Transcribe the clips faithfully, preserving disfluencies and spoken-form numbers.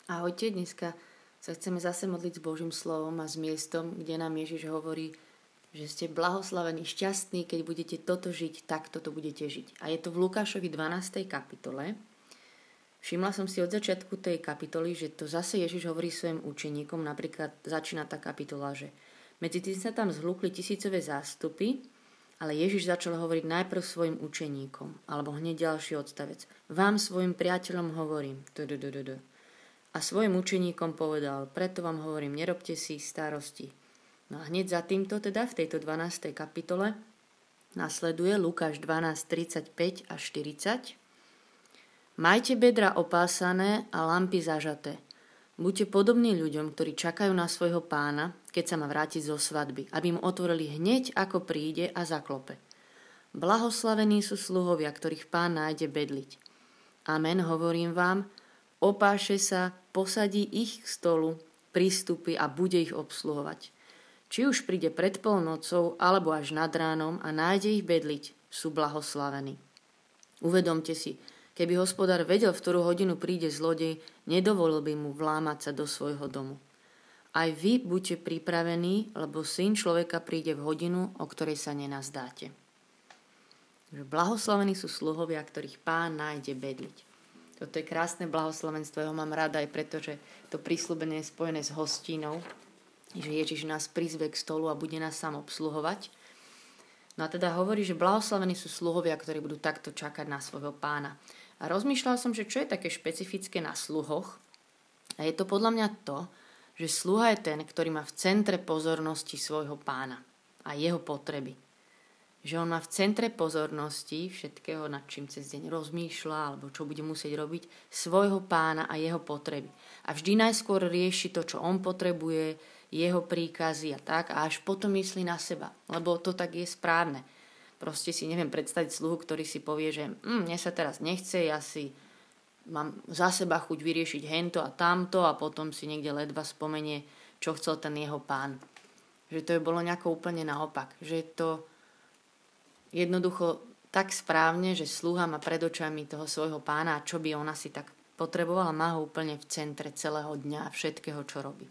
Ahojte, dneska sa chceme zase modliť s Božím slovom a s miestom, kde nám Ježiš hovorí, že ste blahoslavení, šťastní, keď budete toto žiť, tak toto budete žiť. A je to v Lukášovi dvanástej kapitole. Všimla som si od začiatku tej kapitoly, že to zase Ježiš hovorí svojim učeníkom. Napríklad začína tá kapitola, že medzi tým sa tam zhlúkli tisícové zástupy, ale Ježiš začal hovoriť najprv svojim učeníkom, alebo hneď ďalší odstavec. Vám, svojim priateľom hovorím. A svojim učeníkom povedal, preto vám hovorím, nerobte si starosti. No a hneď za týmto, teda v tejto dvanástej kapitole, nasleduje Lukáš dvanásť tridsaťpäť až štyridsať. Majte bedra opásané a lampy zažaté. Buďte podobní ľuďom, ktorí čakajú na svojho pána, keď sa má vrátiť zo svadby, aby mu otvorili hneď, ako príde a zaklope. Blahoslavení sú sluhovia, ktorých pán nájde bedliť. Amen, hovorím vám, opáše sa, posadí ich k stolu, prístupy a bude ich obsluhovať. Či už príde pred polnocou, alebo až nad ránom a nájde ich bedliť, sú blahoslavení. Uvedomte si, keby hospodár vedel, v ktorú hodinu príde zlodej, nedovolil by mu vlámať sa do svojho domu. Aj vy buďte pripravení, lebo syn človeka príde v hodinu, o ktorej sa nenazdáte. Blahoslavení sú sluhovia, ktorých pán nájde bedliť. Toto je krásne blahoslavenstvo, ja ho mám rada aj preto, že to prísľubenie je spojené s hostinou, že Ježiš nás prizve k stolu a bude nás sám obsluhovať. No a teda hovorí, že blahoslavení sú sluhovia, ktorí budú takto čakať na svojho pána. A rozmýšľal som, že čo je také špecifické na sluhoch. A je to podľa mňa to, že sluha je ten, ktorý má v centre pozornosti svojho pána a jeho potreby. Že on má v centre pozornosti všetkého, nad čím cez deň rozmýšľa alebo čo bude musieť robiť, svojho pána a jeho potreby. A vždy najskôr rieši to, čo on potrebuje, jeho príkazy a tak, a až potom myslí na seba, lebo to tak je správne. Proste si neviem predstaviť sluhu, ktorý si povie, že mm, mne sa teraz nechce, ja si mám za seba chuť vyriešiť hento a tamto a potom si niekde ledva spomenie, čo chcel ten jeho pán. Že to je bolo nejako úplne naopak. Že je to jednoducho tak správne, že sluha má pred očami toho svojho pána a čo by ona si tak potrebovala, má ho úplne v centre celého dňa a všetkého, čo robí.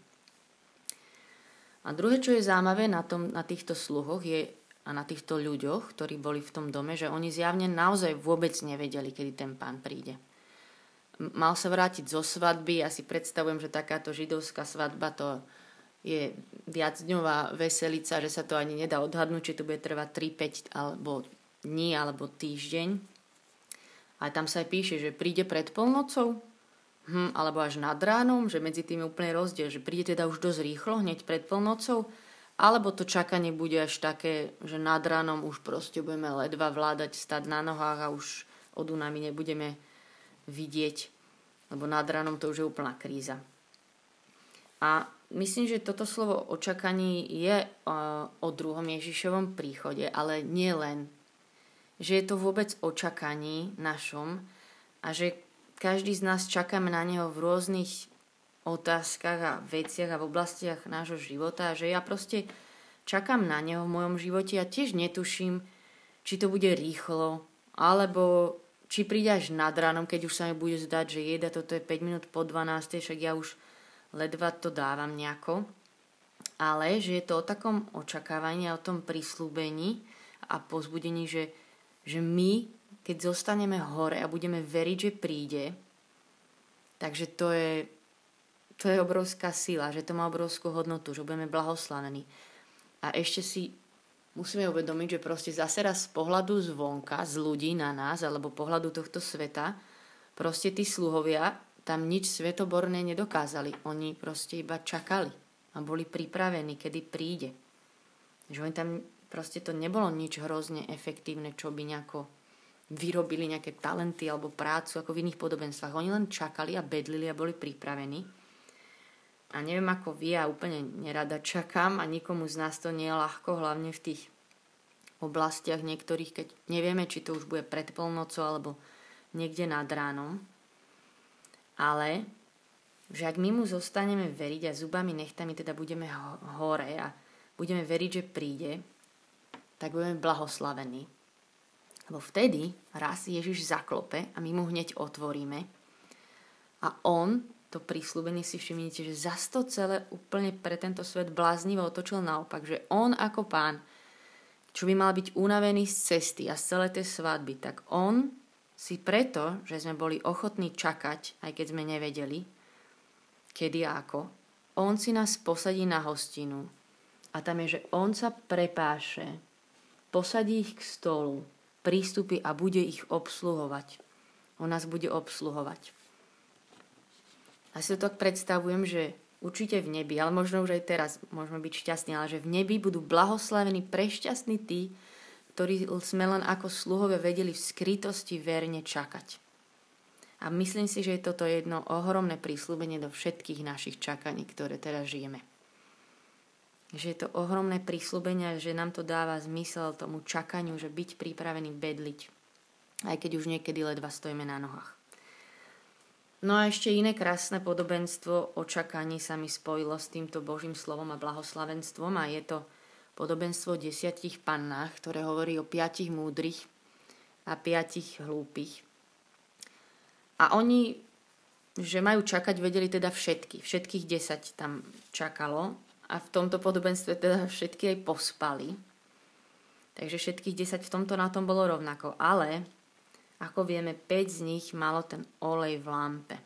A druhé, čo je zaujímavé na, tom, na týchto sluhoch je, a na týchto ľuďoch, ktorí boli v tom dome, že oni zjavne naozaj vôbec nevedeli, kedy ten pán príde. Mal sa vrátiť zo svadby, ja si predstavujem, že takáto židovská svadba to je viacdňová veselica, že sa to ani nedá odhadnúť, či to bude trvať tri päť alebo dní, alebo týždeň. A tam sa aj píše, že príde pred polnocou, hm, alebo až nad ránom, že medzi tým je úplne rozdiel, že príde teda už dosť rýchlo, hneď pred polnocou, alebo to čakanie bude až také, že nad ránom už proste budeme ledva vládať, stať na nohách a už od únavy nebudeme vidieť, lebo nad ránom to už je úplná kríza. A myslím, že toto slovo očakaní je uh, o druhom Ježišovom príchode, ale nie len, že je to vôbec očakaní našom a že každý z nás čakáme na neho v rôznych otázkach a veciach a v oblastiach nášho života a že ja proste čakám na neho v mojom živote a tiež netuším, či to bude rýchlo, alebo či príde až nad ránom, keď už sa mi bude zdať, že jeda, toto je päť minút po dvanástej, však ja už ledva to dávam nejako. Ale že je to o takom očakávaní a o tom prisľúbení a pozbudení, že, že my, keď zostaneme hore a budeme veriť, že príde, takže to je To je obrovská sila, že to má obrovskú hodnotu, že budeme blahoslavení. A ešte si musíme uvedomiť, že proste zase raz z pohľadu zvonka, z ľudí na nás, alebo pohľadu tohto sveta, proste tí sluhovia tam nič svetoborné nedokázali. Oni proste iba čakali a boli pripravení, kedy príde. Že oni tam proste to nebolo nič hrozne efektívne, čo by nejako vyrobili nejaké talenty alebo prácu ako v iných podobenstvách. Oni len čakali a bedlili a boli pripravení. A neviem ako vy, ja úplne nerada čakám a nikomu z nás to nie je ľahko, hlavne v tých oblastiach niektorých, keď nevieme, či to už bude pred polnocou alebo niekde nad ránom. Ale že ak my mu zostaneme veriť a zubami nechtami teda budeme hore a budeme veriť, že príde, tak budeme blahoslavení. Lebo vtedy raz Ježiš zaklope a my mu hneď otvoríme a on to prísľubenie si všimnite, že zas to celé úplne pre tento svet bláznivo otočil naopak, že on ako pán, čo by mal byť unavený z cesty a z celé tej svadby, tak on si preto, že sme boli ochotní čakať, aj keď sme nevedeli, kedy a ako, on si nás posadí na hostinu a tam je, že on sa prepáše, posadí ich k stolu, prístupy a bude ich obsluhovať. On nás bude obsluhovať. A si to tak predstavujem, že určite v nebi, ale možno už aj teraz môžeme byť šťastní, ale že v nebi budú blahoslavení, prešťastní tí, ktorí sme len ako sluhovia vedeli v skrytosti verne čakať. A myslím si, že je toto jedno ohromné prísľubenie do všetkých našich čakaní, ktoré teraz žijeme. Že je to ohromné prísľubenie, že nám to dáva zmysel tomu čakaniu, že byť pripravený bedliť, aj keď už niekedy ledva stojíme na nohách. No a ešte iné krásne podobenstvo o čakaní sa mi spojilo s týmto Božím slovom a blahoslavenstvom a je to podobenstvo o desiatich pannách, ktoré hovorí o piatich múdrych a piatich hlúpych. A oni, že majú čakať, vedeli teda všetky. Všetkých desať tam čakalo a v tomto podobenstve teda všetky aj pospali. Takže všetkých desať v tomto na tom bolo rovnako. Ale ako vieme, päť z nich malo ten olej v lampe.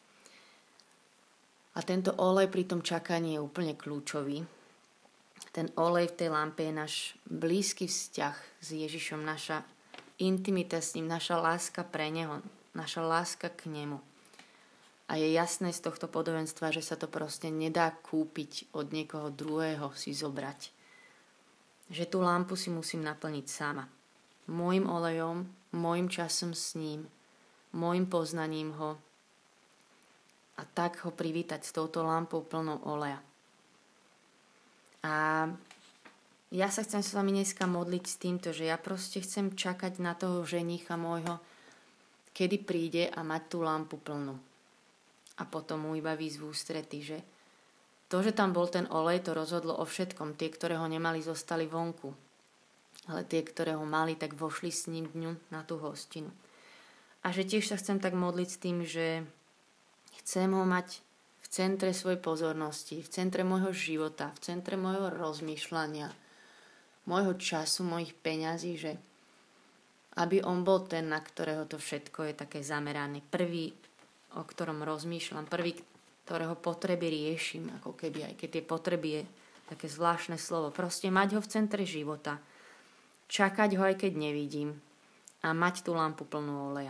A tento olej pri tom čakaní je úplne kľúčový. Ten olej v tej lampe je náš blízky vzťah s Ježišom, naša intimita s ním, naša láska pre neho, naša láska k nemu. A je jasné z tohto podobenstva, že sa to proste nedá kúpiť od niekoho druhého si zobrať. Že tú lampu si musím naplniť sama. Môjim olejom, môjim časom s ním, môjim poznaním ho a tak ho privítať s touto lampou plnou oleja. A ja sa chcem s vami dneska modliť s týmto, že ja proste chcem čakať na toho ženicha môjho, kedy príde a mať tú lampu plnú. A potom mu iba výjsť v ústrety, že to, že tam bol ten olej, to rozhodlo o všetkom. Tie, ktoré ho nemali, zostali vonku. Ale tie, ktoré ho mali, tak vošli s ním dňu na tú hostinu. A že tiež sa chcem tak modliť s tým, že chcem ho mať v centre svojej pozornosti, v centre môjho života, v centre môjho rozmýšľania, môjho času, mojich peňazí, že aby on bol ten, na ktorého to všetko je také zamerané. Prvý, o ktorom rozmýšľam, prvý, ktorého potreby riešim, ako keby, aj keď tie potreby je také zvláštne slovo. Proste mať ho v centre života, čakať ho, aj keď nevidím a mať tú lampu plnú oleja.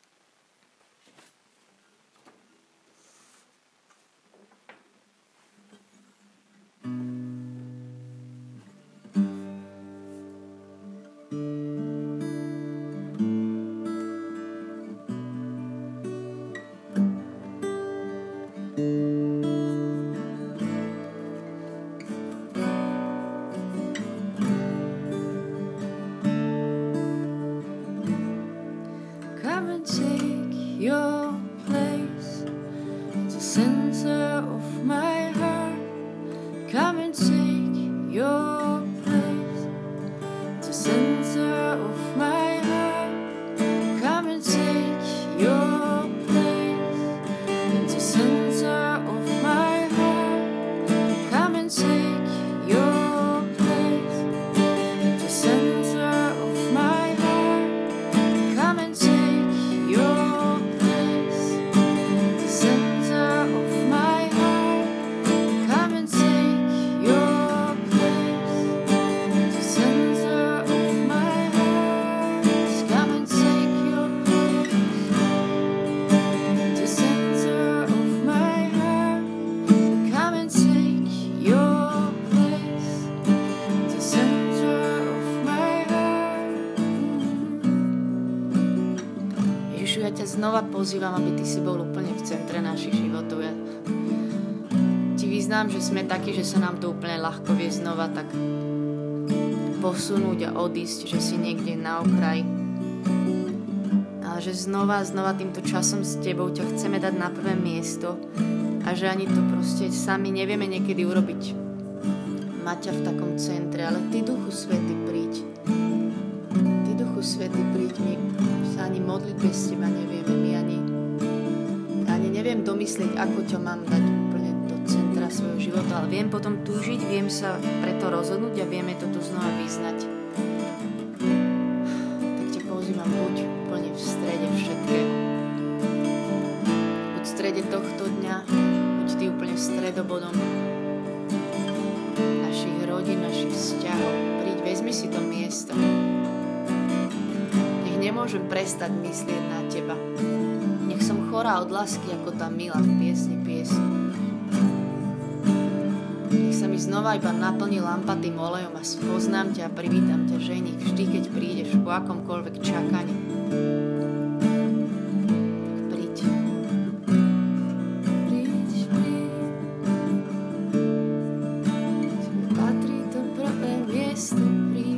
Znova pozývam, aby ty si bol úplne v centre našich životov. Ja ti vyznám, že sme takí, že sa nám to úplne ľahko vie znova tak posunúť a odísť, že si niekde na okraj. Ale že znova a znova týmto časom s tebou ťa chceme dať na prvé miesto a že ani to proste sami nevieme niekedy urobiť. Mať ťa v takom centre, ale ty, Duchu Svätý, príď. Ty, Duchu Svätý, príď, my sa ani modliť bez teba nevieme. My ani, ani neviem domyslieť, ako ťa mám dať úplne do centra svojho života, ale viem potom túžiť, viem sa preto rozhodnúť a vieme to tu znova vyznať. Tak ťa pozývam, buď úplne v strede všetkého. Buď v strede tohto dňa, buď ty úplne stredobodom našich rodín, našich vzťahov. Príď, vezmi si to miesto. Nech nemôžem prestať myslieť na teba. Nech som chorá od lásky, ako tá Mila v piesni piesni. Nech sa mi znova iba naplní lampa tým olejom a spoznám ťa a privítam ťa, ženich, vždy, keď prídeš po akomkoľvek čakaní. Príď. Príď, príď. Tebe patrí to prvé miesto, príď.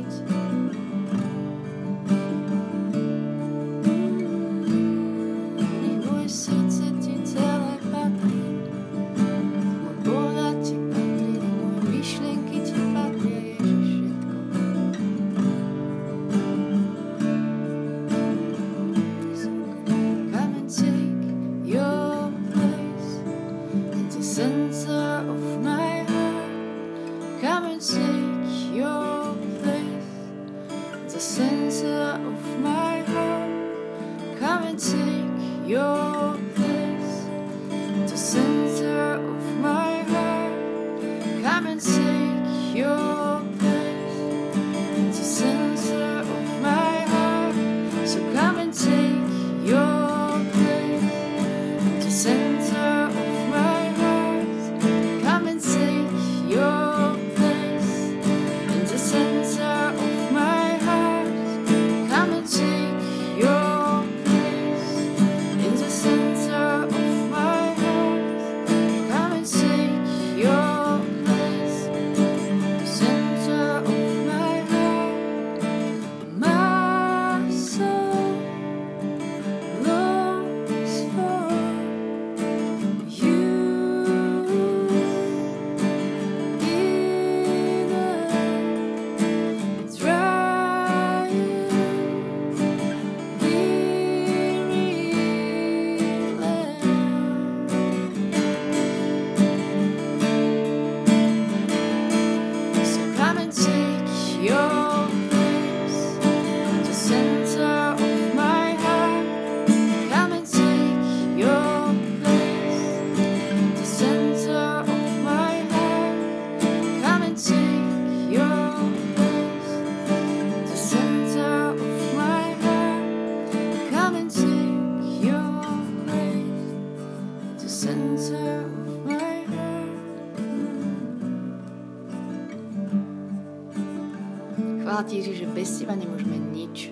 Chvála ti, Ježiš, že bez teba nemôžeme nič.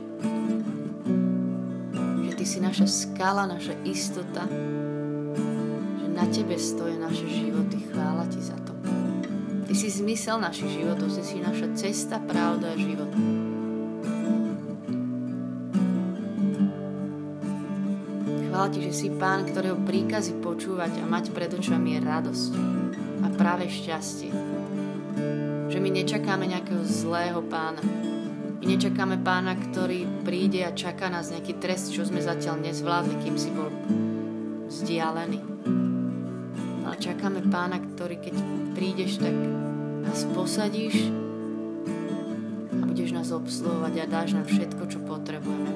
Že ty si naša skala, naša istota. Že na tebe stojí naše životy. Chvála ti za to. Ty si zmysel našich životov. Ty si naša cesta, pravda a život. Chvála ti, že si Pán, ktorého príkazy počúvať a mať pred očami je radosť a práve šťastie. Že my nečakáme nejakého zlého pána. My nečakáme pána, ktorý príde a čaká nás nejaký trest, čo sme zatiaľ nezvládli, kým si bol vzdialený. Ale čakáme pána, ktorý keď prídeš, tak nás posadíš a budeš nás obsluhovať a dáš nám všetko, čo potrebujeme.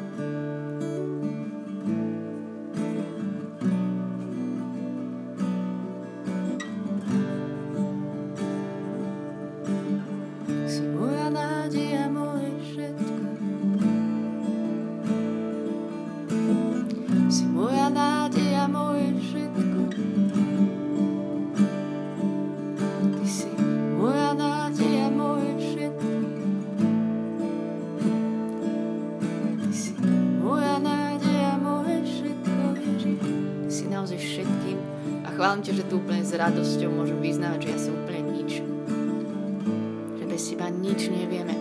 Chválim ťa, že tu úplne s radosťou môžem vyznávať, že ja som úplne nič. Že bez teba nič nevieme.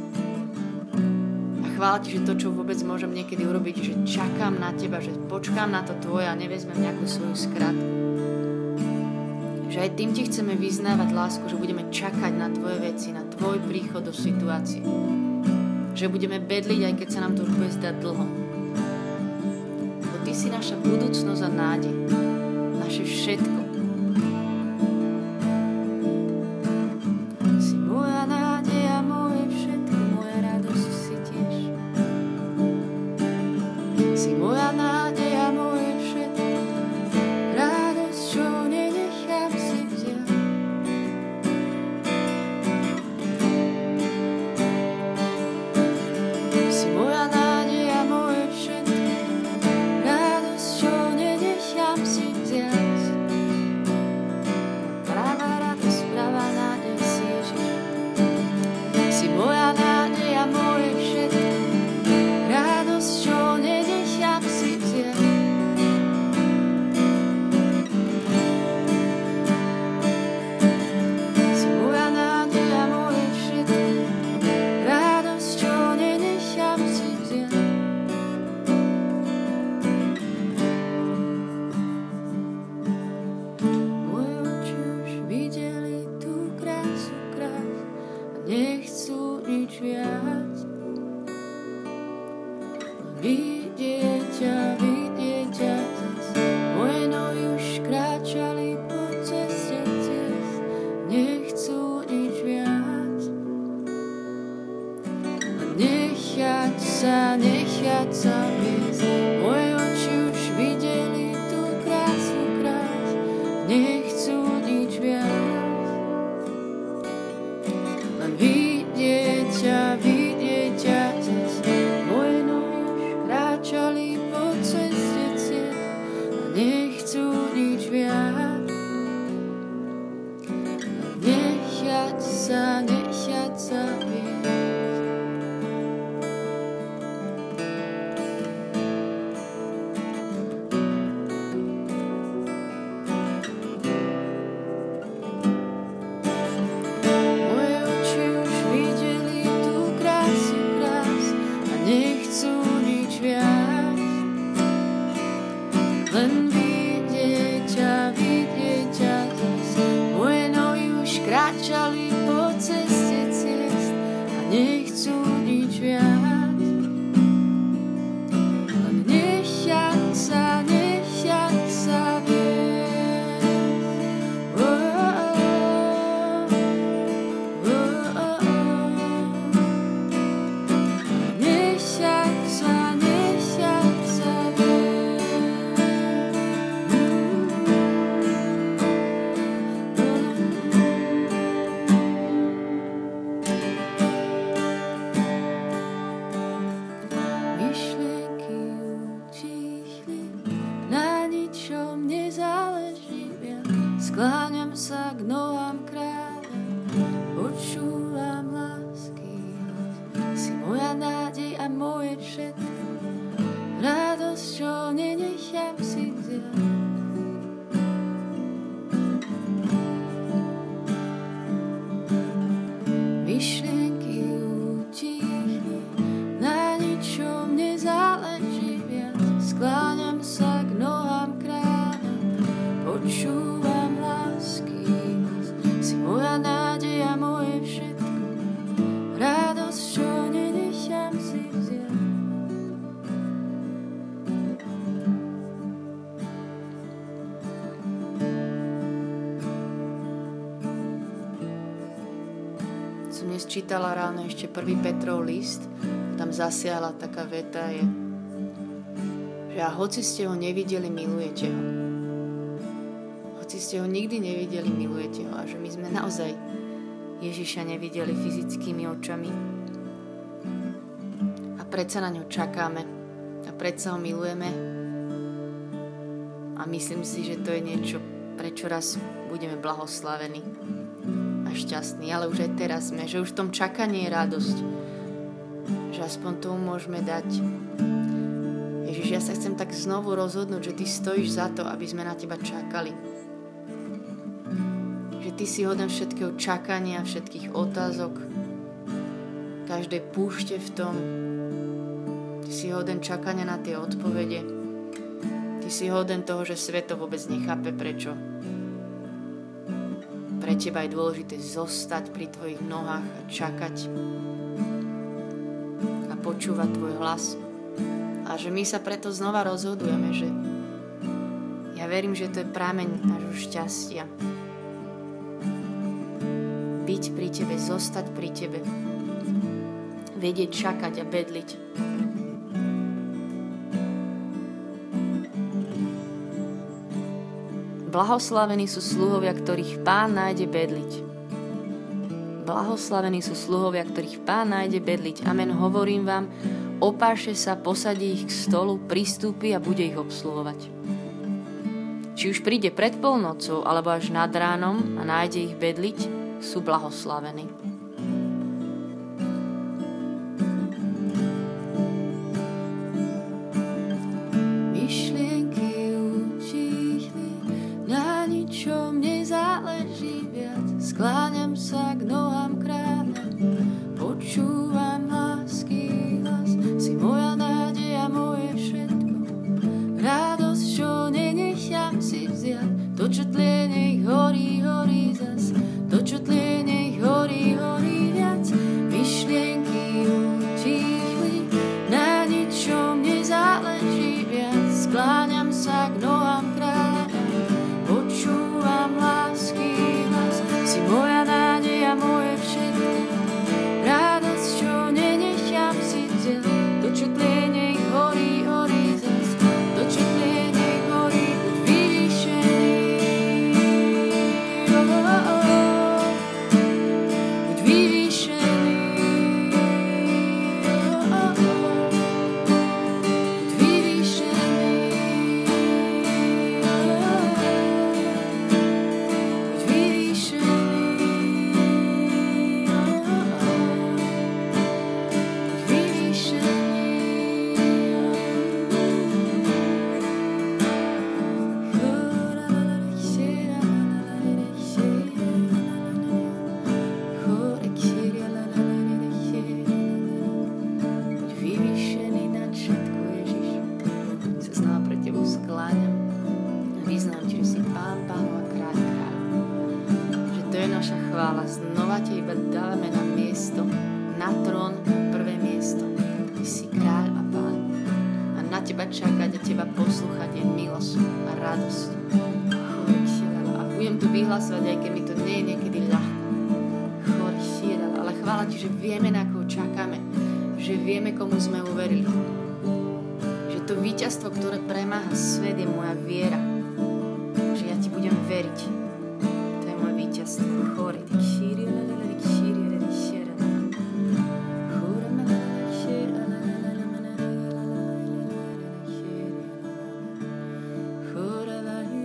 A chválim ti, že to, čo vôbec môžem niekedy urobiť, že čakám na teba, že počkám na to tvoje a nevezmem nejakú svoju skratku. Že aj tým ti chceme vyznávať lásku, že budeme čakať na tvoje veci, na tvoj príchod do situácie. Že budeme bedliť, aj keď sa nám to už bude zdať dlho. Lebo ty si naša budúcnosť a nádej. naše všetko. Si moja nádej a moje všetko, moja radosť si tiež. Si moja nádej a moje všetko, radosť, čo nenechám si vziať. Si moja nádej a moje všetko, radosť, čo nenechám si vziať. Pravá radosť, pravá nádej si Ježiš. Si moja nádej a moje všetko, radosť, čo nenechám si vziať. Si moja nádej a moje všetko, radosť, čo nenechám si vziať. Moje oči už videli tú krásu krás a nechcú nič viac. Vidieť ťa, vidieť ťa zas. Moje nohy už kráčali po ceste ciest, nechcú nič viac. A nechať sa, nechať sa viesť. Moje oči už videli tú krásu krás, nechcú nič viac. Len vidieť ťa, vidieť ťa zas. Moje nohy už kráčali po ceste ciest a nechcú nič viac. Nechať sa, nechať sa viesť. Moje oči už videli tú krásu krás a nechcú nič viac. Len vidieť ťa, vidieť ťa zas. Moje nohy už kráčali po ceste ciest a nechcú nič viac. Len nechať sa, nechať sa viesť. Oh, oh, oh, oh, oh. Nechať sa, nechať sa viesť. Myšlienky utichli, na ničom nezáleží viac. Skláňam sa k nohám kráľa, počúvam lásky hlas. Si moja nádej a moje všetko, radosť, čo nenechám si vziať. Myšlienky utichli, na ničom nezáleží viac. Skláňam sa k nohám kráľa, počúvam lásky hlas. Si moja nádej a moje všetko, radosť, čo nenechám si vziať. Som dnes čítala ráno ešte prvý Petrov list, tam zasiahla taká veta je, že a hoci ste ho nevideli, milujete ho. Hoci ste ho nikdy nevideli, milujete ho. A že my sme naozaj Ježiša nevideli fyzickými očami. A predsa na ňo čakáme. A predsa ho milujeme. A myslím si, že to je niečo, prečo raz budeme blahoslavení a šťastní. Ale už aj teraz sme, že už v tom čakaní je radosť. Že aspoň tomu môžeme dať. Ježiš, ja sa chcem tak znovu rozhodnúť, že ty stojíš za to, aby sme na teba čakali. Že ty si hoden všetkého čakania, všetkých otázok, každej púšte v tom. Ty si hoden čakania na tie odpovede. Ty si hoden toho, že svet to vôbec nechápe, prečo. Pre teba je dôležité zostať pri tvojich nohách a čakať a počúvať tvoj hlas. A že my sa preto znova rozhodujeme, že ja Ja verím, že to je prameň nášho šťastia. Byť pri Tebe, zostať pri Tebe. Vedieť čakať a bedliť. Blahoslavení sú sluhovia, ktorých Pán nájde bedliť. Blahoslavení sú sluhovia, ktorých Pán nájde bedliť. Amen, hovorím vám, opáše sa, posadí ich k stolu, pristúpi a bude ich obsluhovať. Či už príde pred polnocou, alebo až nad ránom a nájde ich bedliť, sú blahoslavení. Myšlienky utichli, na ničom nezáleží viac. Skláňam sa k nohám kráľa, počúvam lásky hlas. Si moja nádej a moje všetko, radosť, čo nenechám si vziať. To, čo tlie, nech horí, horí zas. To, čo tlie, nech horí, horí viac. Myšlienky utichli, na ničom nezáleží viac. Skláňam sa k nohám kráľa, počúvam lásky hlas. Si moja nádej a moje všetko, radosť, čo nenechám si vziať. To, čo tlie, nech horí, horí zas. To, čo tlie, nech horí, buď vyvýšený. Oh, oh, oh. Buď vyvýšený. Oh, oh, oh. Buď vyvýšený. Oh, oh, oh. Buď vyvýšený. Oh, oh, oh. Buď vyvýšený. Buď vyvýšený nad všetko, Ježiš. Sa znova pre Tebu skláňam a vyznám Ti, že si Pán Pánov a Kráľ kráľov. Že to je naša chvála. Znova Te iba dávame na miesto, na trón, na prvé miesto. Ty si kráľ a Pán. A na Teba čakať a Teba poslúchať je milosť a radosť. A budem tu vyhlasovať, aj keď mi to nie je niekedy ľahko. Ale chvála Ti, že vieme, na koho čakáme. Že vieme, komu sme uverili. Že to víťazstvo, ktoré premáha svet, je moja viera. Že ja Ti budem veriť. To je moje víťazstvo. Chore, tak šíri, tak šíri, tak šíri. Chore, tak šíri, chore,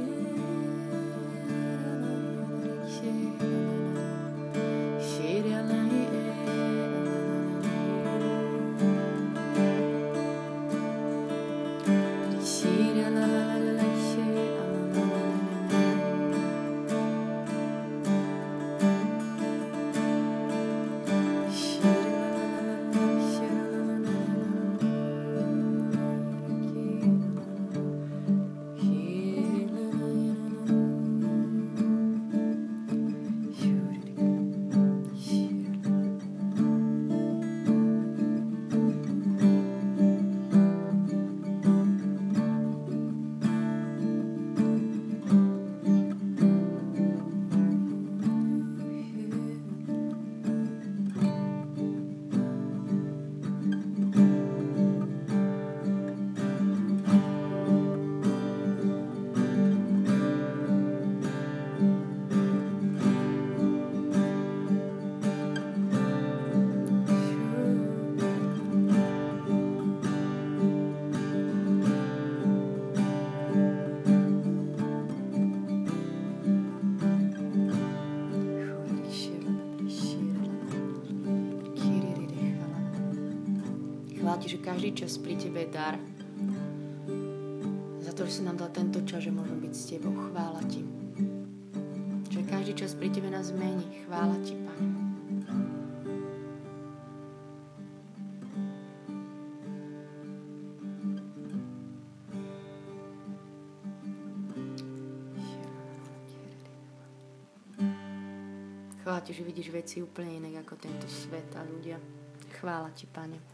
Chvála Ti, že každý čas pri Tebe je dar. Za to, že si nám dal tento čas, že môžem byť s Tebou. Chvála Ti. Že každý čas pri Tebe nás mení. Chvála Ti, Pane. Chvála Ti, že vidíš veci úplne inak ako tento svet a ľudia. Chvála Ti, Pane.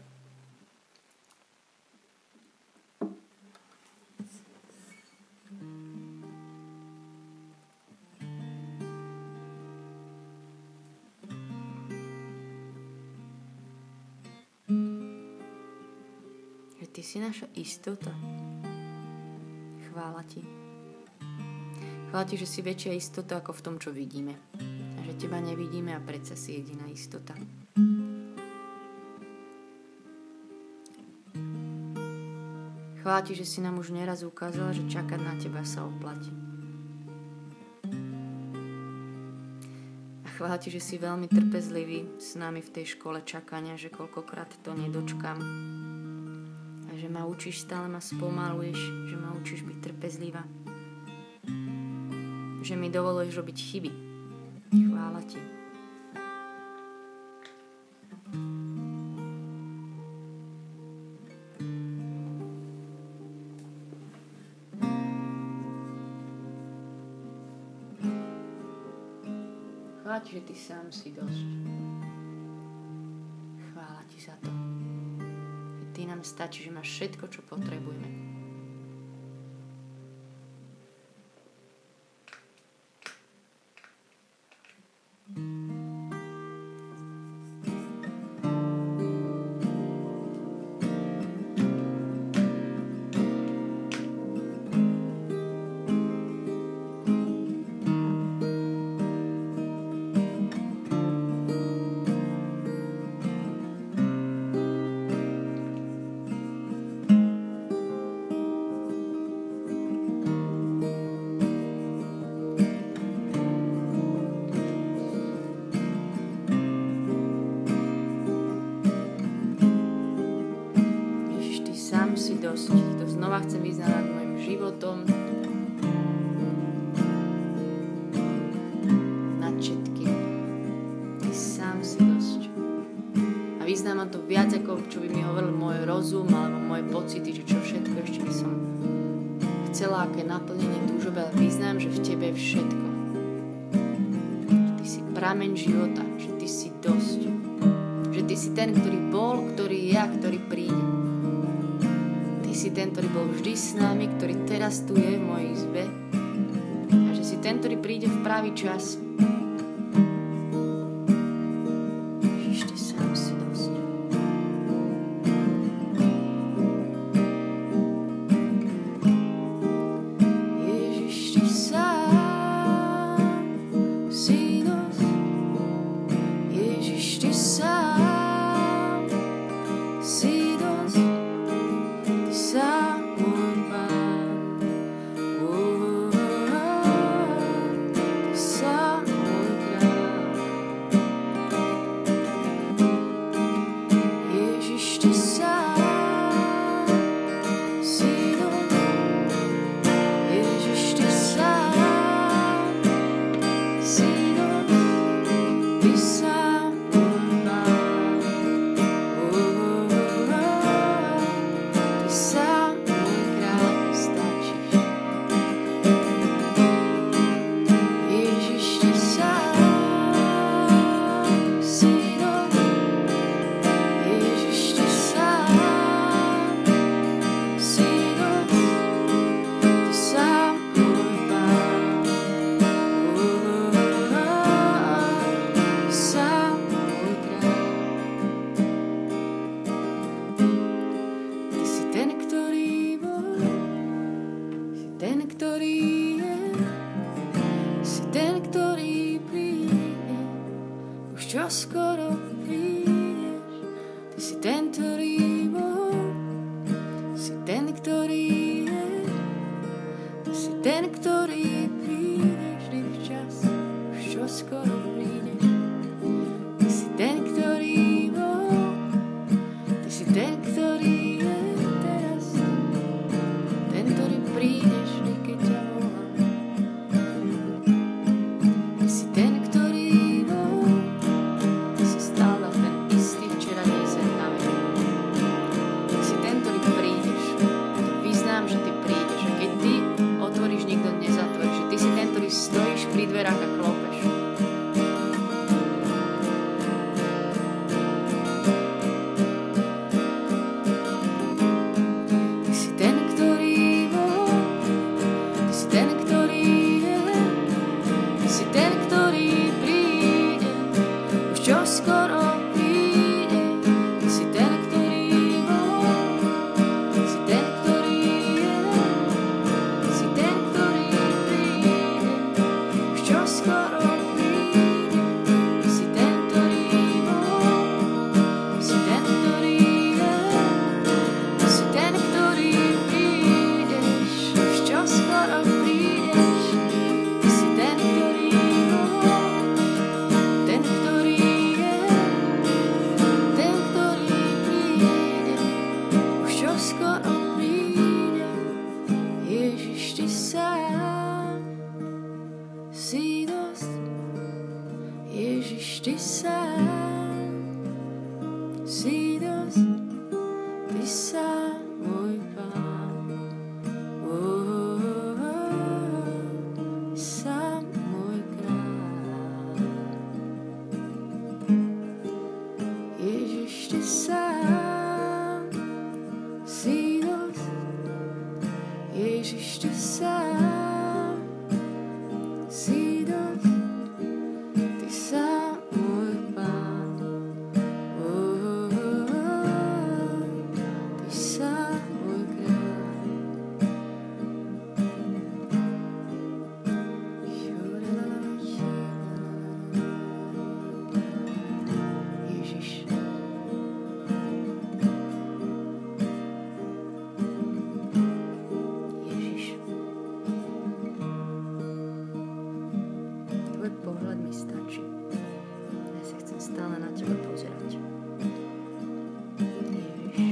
ty si naša istota. Chvála ti. Chvála ti, že si väčšia istota ako v tom, čo vidíme. A že teba nevidíme a predsa si jediná istota. Chvála ti, že si nám už neraz ukázala, že čakať na teba sa oplatí. A chvála ti, že si veľmi trpezlivý s nami v tej škole čakania, že koľkokrát to nedočkam. A že ma učíš, stále ma spomaluješ, že ma učíš byť trpezlivá. Že mi dovoluješ robiť chyby. Chvála ti. Chvála ti, že ty sám si dosť. Chvála ti za to. Že ty nám stačí, že máš všetko, čo potrebujeme. Si dosť. To znova chcem vyznať nad môjim životom. Nad všetkým. Ty sám si dosť. A vyznávam to viac, ako čo by mi hovoril môj rozum alebo moje pocity, že čo všetko ešte by som chcela, aké naplnenie túžobe, ale vyznám, že v tebe je všetko. Že ty si prameň života, že ty si dosť. Že ty si ten, ktorý bol, ktorý je a ktorý príde. Ty si ten, ktorý bol vždy s nami, ktorý teraz tu je v mojej izbe a že si ten, ktorý príde v pravý čas. Ježiš, ty sám si dosť. Ježiš, ty sám si dosť. Ježiš, ty sám si dosť. Sám môj Pán, oh, oh, oh, ty sám môj kráľ. Ježiš, ty sám si dosť. Ježiš, ty sám si dosť. Ty sám môj Pán, oh, oh, oh, ty sám môj kráľ stačíš. Ježiš, ty sám si dosť. Ježiš, ty sám si dosť. Ty sám môj Pán, oh, oh, oh, ty sám môj kráľ. Ty si ten, ktorý bol, si ten, ktorý je, si ten, ktorý príde, už čoskoro prídeš. Ty si ten, ktorý bol, si ten, ktorý je, ty si ten, ktorý príde vždy včas, už čoskoro prídeš. Ty si ten, ktorý bol, ty si ten, ktorý je teraz, ten, ktorý prídeš vždy, keď ťa volám. Ty si ten, ktorý bol, ty si stále ten istý včera, dnes a na veky. Ty si ten, ktorý prídeš. Vyznám, že ty prídeš. A keď ty otvoríš, nikto nezatvorí. Že ty si ten, ktorý stojíš pri dverách a klopeš. vždy sám, si dosť, ty sám môj Pán. Oh, oh, oh, sám môj kráľ. Ježiš, ty sám, si dosť, Ježiš, ty sám, si dosť, ty sám môj Pán. Oh, oh, oh, ty sám môj kráľ. Ježiš. Ježiš. Tvoj pohľad mi stačí. Ja sa chcem stále na teba pozerať. Ježiš.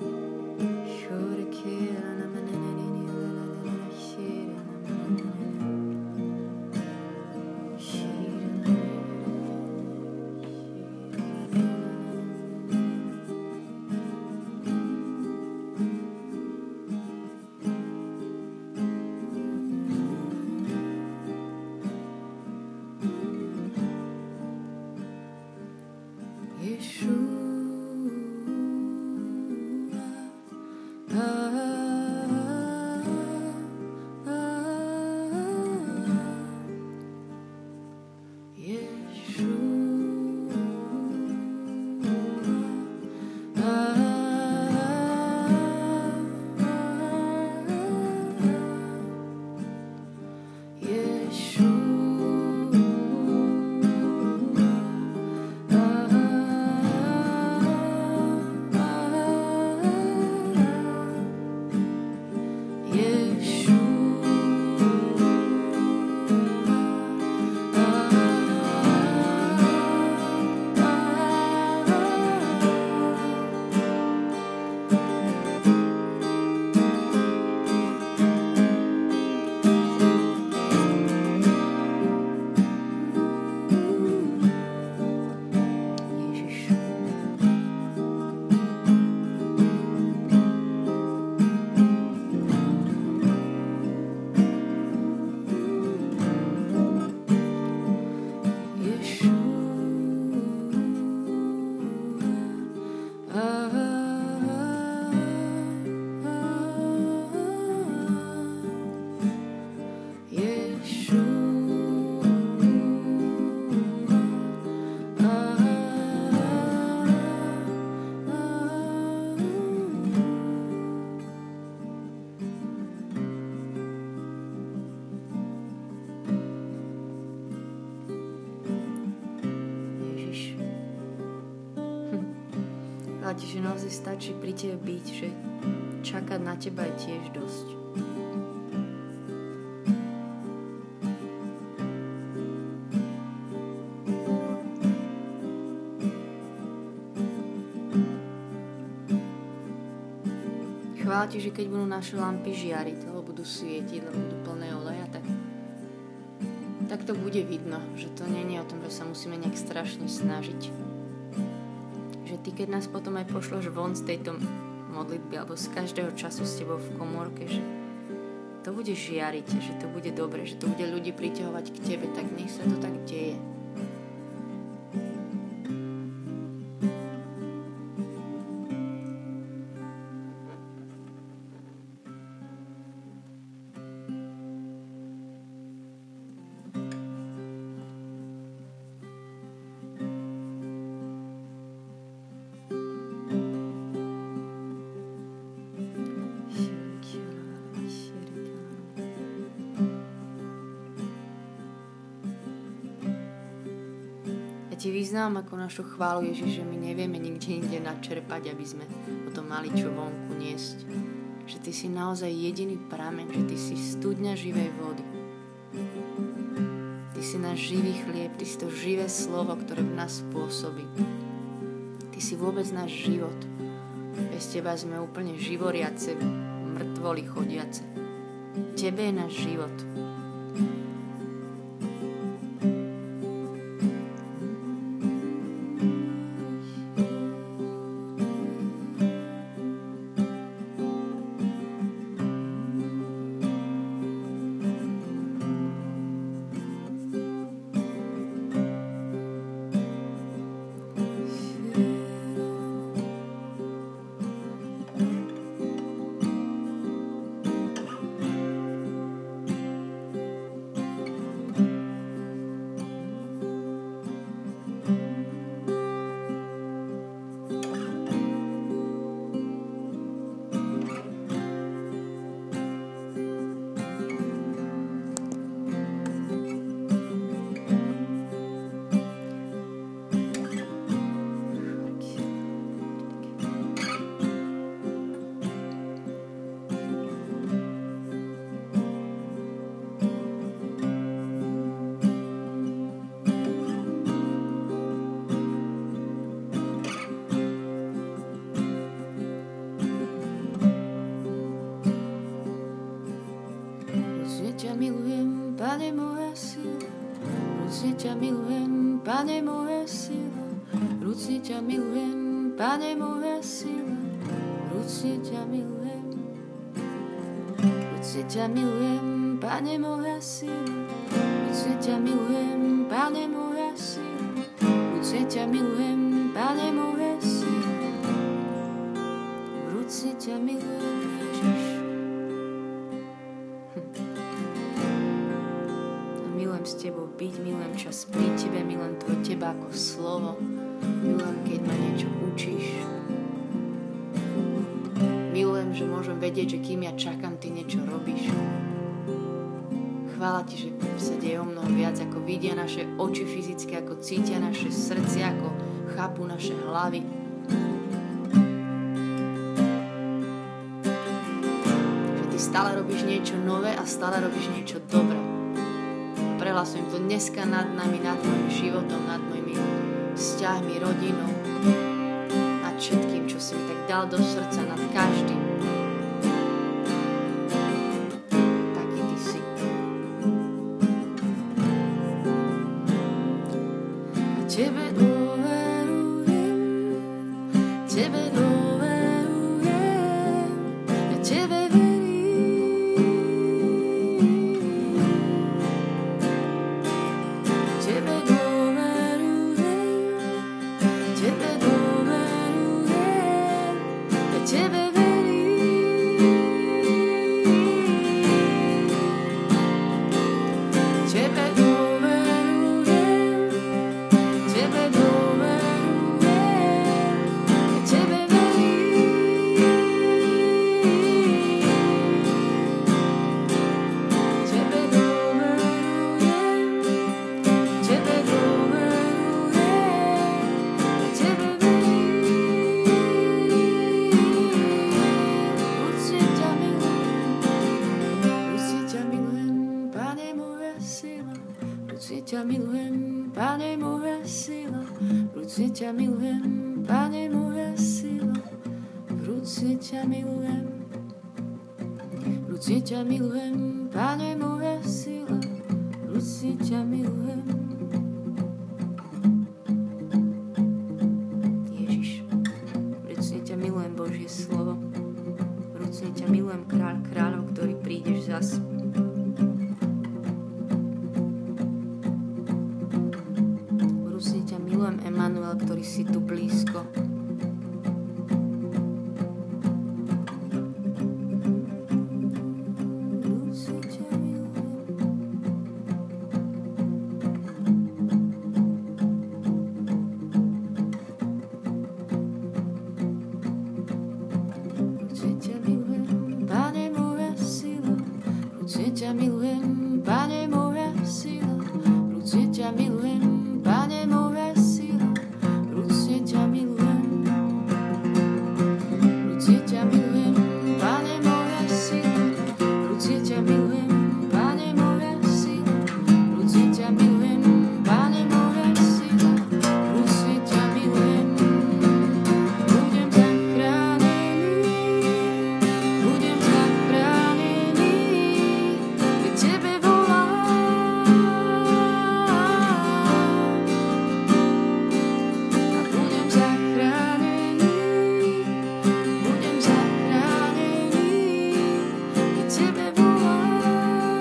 Chvála ti, že naozaj stačí pri tebe byť, že čakať na teba je tiež dosť. Chvála ti, že keď budú naše lampy žiariť, lebo budú svietiť, lebo budú plné oleja, tak, tak to bude vidno, že to nie je o tom, že sa musíme nejak strašne snažiť. Že ty, keď nás potom aj pošloš von z tejto modlitby alebo z každého času s tebou v komórke, že to bude žiariť, že to bude dobre, že to bude ľudí priťahovať k tebe, tak nech sa to tak deje. Ti vyznám ako našu chválu, Ježiš, že my nevieme nikde inde načerpať, aby sme potom mali čo vonku niesť. Že ty si naozaj jediný prameň, že ty si studňa živej vody. Ty si náš živý chlieb, ty si to živé slovo, ktoré v nás pôsobí. Ty si vôbec náš život. Bez teba sme úplne živoriace, mŕtvoli chodiace. Tebe je náš život. milujem, Pane moja sila. Vrúcne ťa milujem, Pane moja sila. Vrúcne ťa milujem, Pane moja sila. Vrúcne ťa milujem. Vrúcne ťa milujem, Pane moja sila. Vrúcne ťa milujem, Pane moja sila. Vrúcne ťa milujem, Pane moja sila. Vrúcne ťa milujem, Ježiš. Milujem s tebou byť, milujem čas pri tebe, milujem tvoj teba ako slovo. Milujem, keď ma niečo učíš. Milujem, že môžem vedieť, že kým ja čakám, ty niečo robíš. Chvála ti, že sa deje o mnoho viac, ako vidia naše oči fyzické, ako cítia naše srdcia, ako chápu naše hlavy. Že ty stále robíš niečo nové a stále robíš niečo dobré. Prehlasujem to dneska nad nami, nad mojim životom, nad mojimi vzťahmi, rodinou, nad všetkým, čo si mi tak dal do srdca, nad každým. Taký ty si. A tebe dôverujem, tebe dôverujem, a tebe ťa milujem, Pane moja sila. Vrúcne ťa milujem, Pane moja sila. Vrúcne ťa milujem. Vrúcne ťa milujem, Pane moja sila. Vrúcne ťa milujem. Ježiš, vrúcne ťa milujem, Božie slovo. Vrúcne ťa milujem, kráľ kráľov, ktorý prídeš zas. Milujem, Emanuel, ktorý si tu blízko. Vrúcne ťa milujem, Pane moja sila. Vrúcne ťa milujem, Pane moja sila. Vrúcne ťa milujem, Pane moja sila. Vrúcne ťa milujem. Vrúcne ťa milujem, Pane moja sila. Vrúcne ťa milujem, Pane moja sila. Vrúcne ťa milujem, Pane moja sila. Vrúcne ťa milujem. Budem zachránený, budem zachránený, keď tebe volám. A budem zachránený, budem zachránený, keď tebe volám.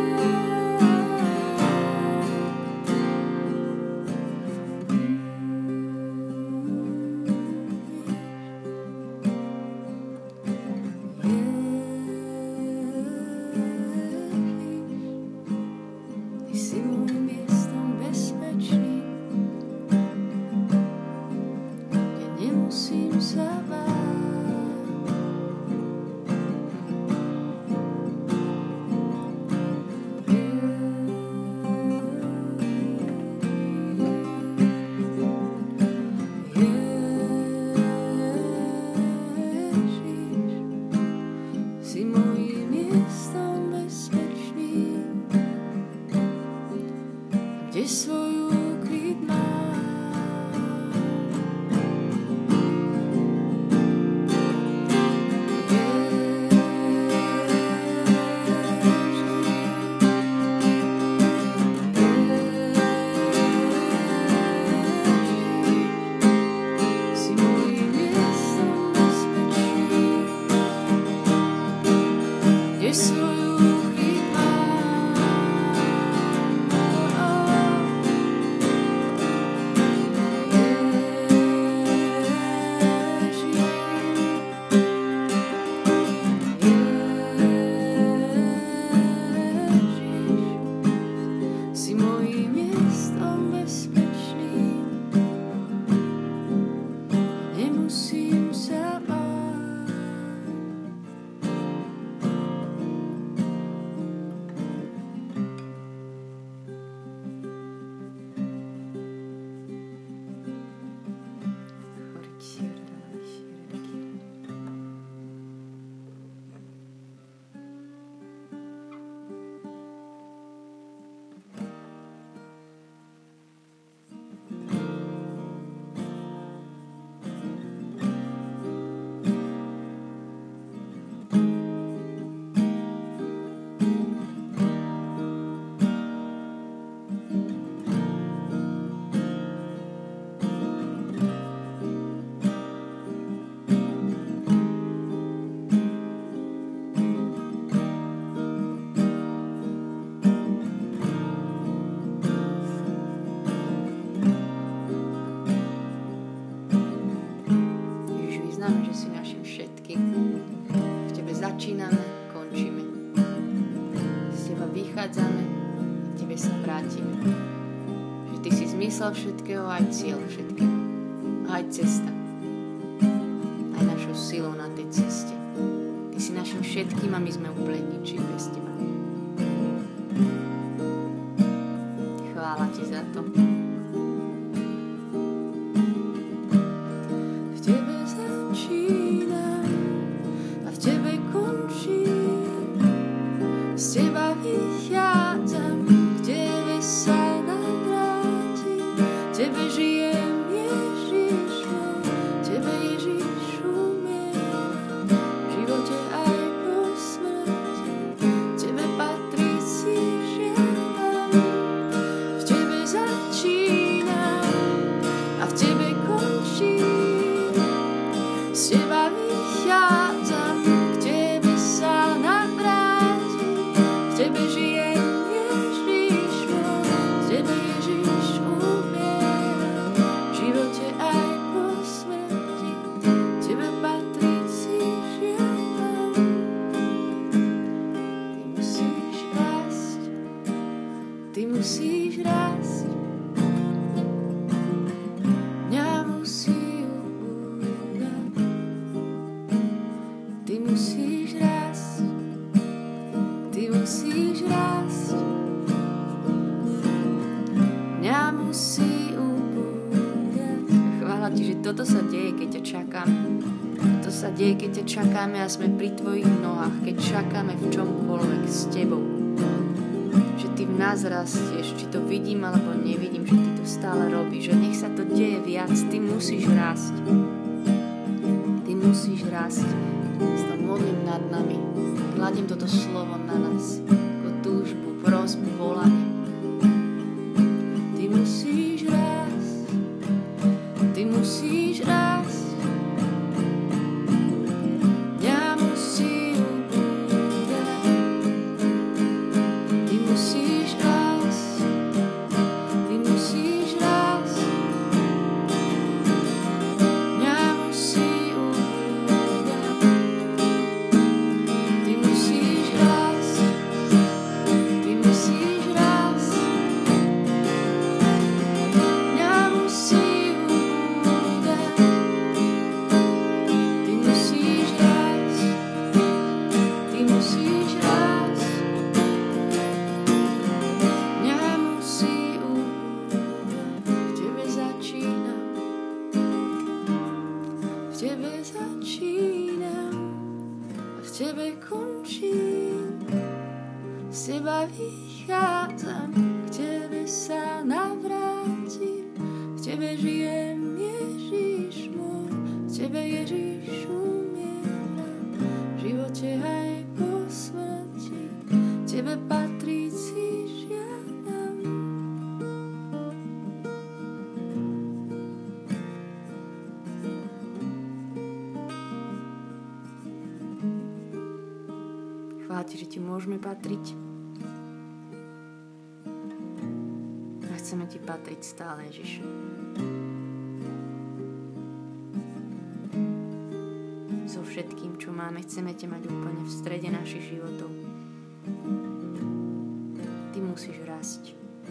Ty si môjim miestom bezpečným, kde nemusím sa báť. Ježiš, si môjim miestom bezpečným, kde svoju úkryt mám. Ježiš, Tebe sa vrátime. Že Ty si zmysel všetkého, aj cieľ všetkého. Aj cesta. Aj našou silou na tej ceste. Ty si našim všetkým a my sme úplne ničím bez Teba. Chvála Ti za to. V Tebe začínam a v Tebe končím. Z Teba vychádzam, k Tebe sa navrátim. Tebe žijem, Ježiš môj, Tebe Ježiš umieram. V živote aj po smrti Tebe patriť si žiadam. V Tebe začínam a v Tebe končím. Z Teba vychádzam, k Tebe sa navrátim. V Tebe žijem, Ježiš môj, v Tebe Ježiš umieram. V živote aj po smrti Tebe patriť si žiadam. Ty musíš rásť, Ty musíš rásť. Mňa musí ubúdať. Ty musíš rásť, Ty musíš rásť. Mňa musí ubúdať. Chvála Ti, že toto sa deje, keď ťa čakáme. To sa deje, keď ťa čakáme a sme pri Tvojich nohách. Keď čakáme v čomkoľvek s Tebou. Že Ty v nás rastieš, či to vidím alebo nevidím, že Ty to stále robíš. Že nech sa to deje viac. Ty musíš rásť. Ty musíš rásť. S to modlím nad nami. Kladím toto slovo na nás. Ako túžbu, prosbu, volanie. Ty musíš rásť, Ty musíš rásť. Mňa musí ubúdať. Ty musíš rásť, Ty musíš rásť. Mňa musí ubúdať. Ty musíš rásť, Ty musíš rásť. Mňa musí ubúdať. Ty musíš rásť, Ty musíš rásť. Mňa musí ubúdať. V Tebe začínam, v Tebe začínam a v Tebe končím. Z Teba vychádzam, k Tebe sa navrátim. V Tebe žijem, Ježiš môj, v Tebe Ježiš umieram. V živote aj po smrti Tebe patriť si žiadam. Chvála Ti, že Ti môžeme patriť. A chceme Ti patriť stále, Ježišu. So všetkým, čo máme, chceme Ťa mať úplne v strede našich životov. Ty musíš rásť.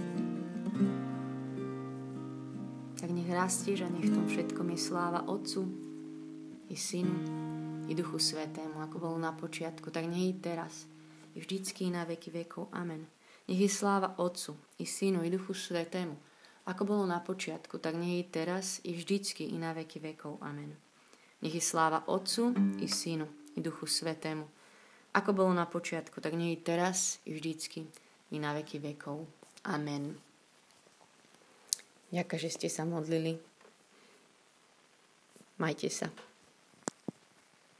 Tak nech rastieš a nech v tom všetkom je sláva Otcu i Synu i Duchu Svätému, ako bolo na počiatku, tak nech i teraz, i vždycky na veky vekov. Amen. Nech je sláva Otcu i Synu i Duchu Svätému, ako bolo na počiatku, tak nech i teraz, i vždycky i na veky vekov. Amen. Nech je sláva Otcu i Synu i Duchu Svätému, ako bolo na počiatku, tak nech i teraz, i vždycky i na veky vekov. Amen. Ďakujem, že ste sa modlili. Majte sa.